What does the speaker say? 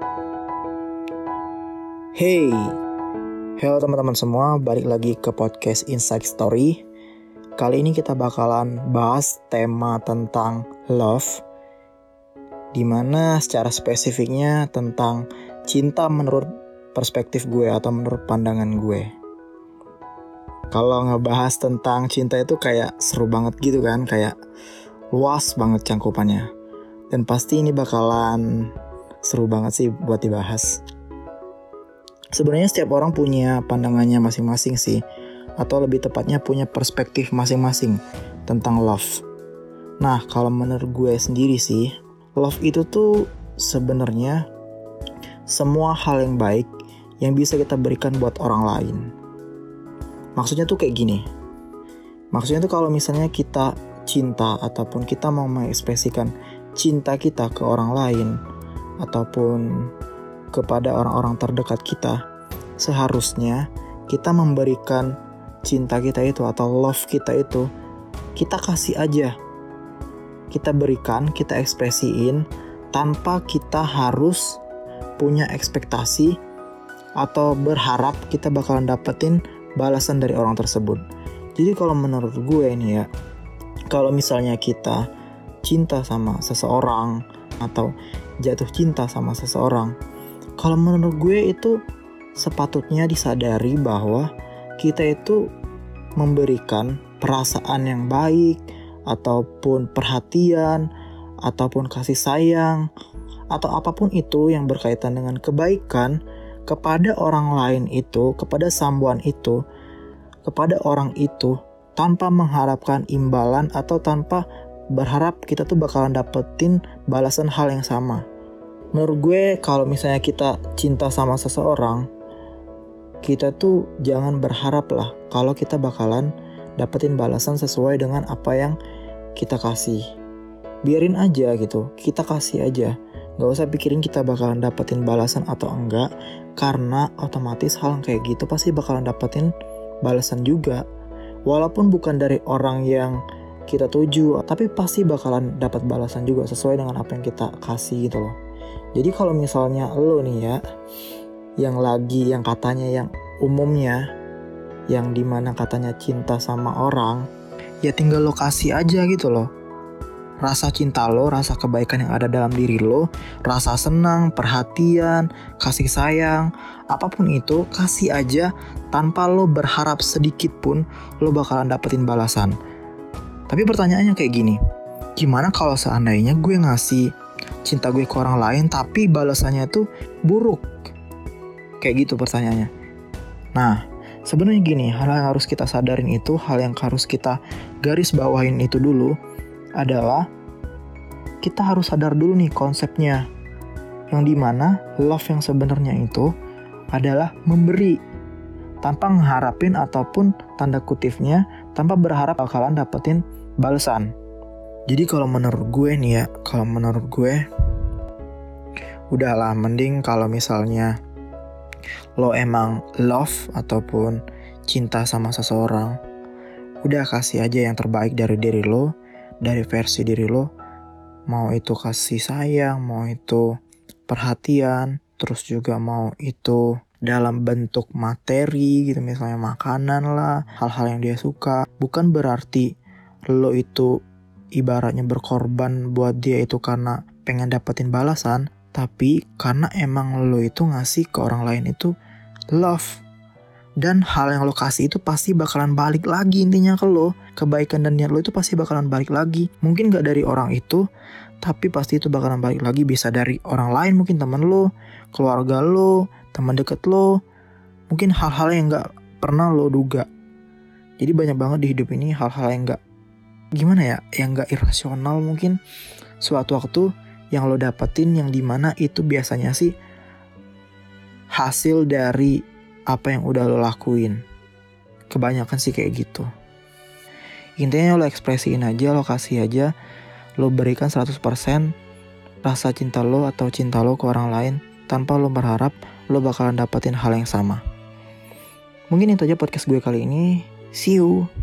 Hey, hello teman-teman semua, balik lagi ke podcast Inside Story. Kali ini kita bakalan bahas tema tentang love, dimana secara spesifiknya tentang cinta menurut perspektif gue atau menurut pandangan gue. Kalau ngebahas tentang cinta itu kayak seru banget gitu kan, kayak luas banget cangkupannya. Dan pasti ini bakalan seru banget sih buat dibahas. Sebenarnya setiap orang punya pandangannya masing-masing sih, atau lebih tepatnya punya perspektif masing-masing tentang love. Nah, kalau menurut gue sendiri sih, love itu tuh sebenarnya semua hal yang baik yang bisa kita berikan buat orang lain. Maksudnya tuh kayak gini. Maksudnya tuh kalau misalnya kita cinta ataupun kita mau mengekspresikan cinta kita ke orang lain ataupun kepada orang-orang terdekat kita, seharusnya kita memberikan cinta kita itu atau love kita itu, kita kasih aja. Kita berikan, kita ekspresiin tanpa kita harus punya ekspektasi atau berharap kita bakalan dapetin balasan dari orang tersebut. Jadi kalau menurut gue nih ya, kalau misalnya kita cinta sama seseorang atau jatuh cinta sama seseorang, kalau menurut gue itu sepatutnya disadari bahwa kita itu memberikan perasaan yang baik ataupun perhatian ataupun kasih sayang atau apapun itu yang berkaitan dengan kebaikan kepada orang lain itu, kepada someone itu, kepada orang itu tanpa mengharapkan imbalan atau tanpa berharap kita tuh bakalan dapetin balasan hal yang sama. Menurut gue kalau misalnya kita cinta sama seseorang, kita tuh jangan berharap lah kalau kita bakalan dapetin balasan sesuai dengan apa yang kita kasih. Biarin aja gitu, kita kasih aja. Gak usah pikirin kita bakalan dapetin balasan atau enggak, karena otomatis hal yang kayak gitu pasti bakalan dapetin balasan juga. Walaupun bukan dari orang yang kita tuju, tapi pasti bakalan dapat balasan juga sesuai dengan apa yang kita kasih gitu loh. Jadi kalau misalnya lo nih ya, yang katanya yang umumnya, yang dimana katanya cinta sama orang, ya tinggal lo kasih aja gitu loh. Rasa cinta lo, rasa kebaikan yang ada dalam diri lo, rasa senang, perhatian, kasih sayang, apapun itu, kasih aja tanpa lo berharap sedikit pun lo bakalan dapetin balasan. Tapi pertanyaannya kayak gini, gimana kalau seandainya gue ngasih cinta gue ke orang lain tapi balasannya tuh buruk? Kayak gitu pertanyaannya. Nah, sebenarnya gini, hal yang harus kita sadarin itu, hal yang harus kita garis bawahin itu dulu adalah kita harus sadar dulu nih konsepnya, yang dimana love yang sebenarnya itu adalah memberi tanpa mengharapin ataupun tanda kutipnya tanpa berharap bakalan dapetin balasan. Jadi kalau menurut gue nih ya, kalau menurut gue udahlah, mending kalau misalnya lo emang love ataupun cinta sama seseorang, udah kasih aja yang terbaik dari diri lo, dari versi diri lo. Mau itu kasih sayang, mau itu perhatian, terus juga mau itu dalam bentuk materi gitu, misalnya makanan lah, hal-hal yang dia suka. Bukan berarti lo itu ibaratnya berkorban buat dia itu karena pengen dapetin balasan, tapi karena emang lo itu ngasih ke orang lain itu love. Dan hal yang lo kasih itu pasti bakalan balik lagi intinya ke lo. Kebaikan dan niat lo itu pasti bakalan balik lagi. Mungkin gak dari orang itu, tapi pasti itu bakalan balik lagi. Bisa dari orang lain, mungkin teman lo, keluarga lo, teman deket lo. Mungkin hal-hal yang gak pernah lo duga. Jadi banyak banget di hidup ini hal-hal yang gak, gimana ya, yang gak irasional mungkin. Suatu waktu yang lo dapetin, yang dimana itu biasanya sih hasil dari apa yang udah lo lakuin. Kebanyakan sih kayak gitu. Intinya lo ekspresiin aja, lo kasih aja, lo berikan 100% rasa cinta lo atau cinta lo ke orang lain tanpa lo berharap lo bakalan dapetin hal yang sama. Mungkin itu aja podcast gue kali ini. See you.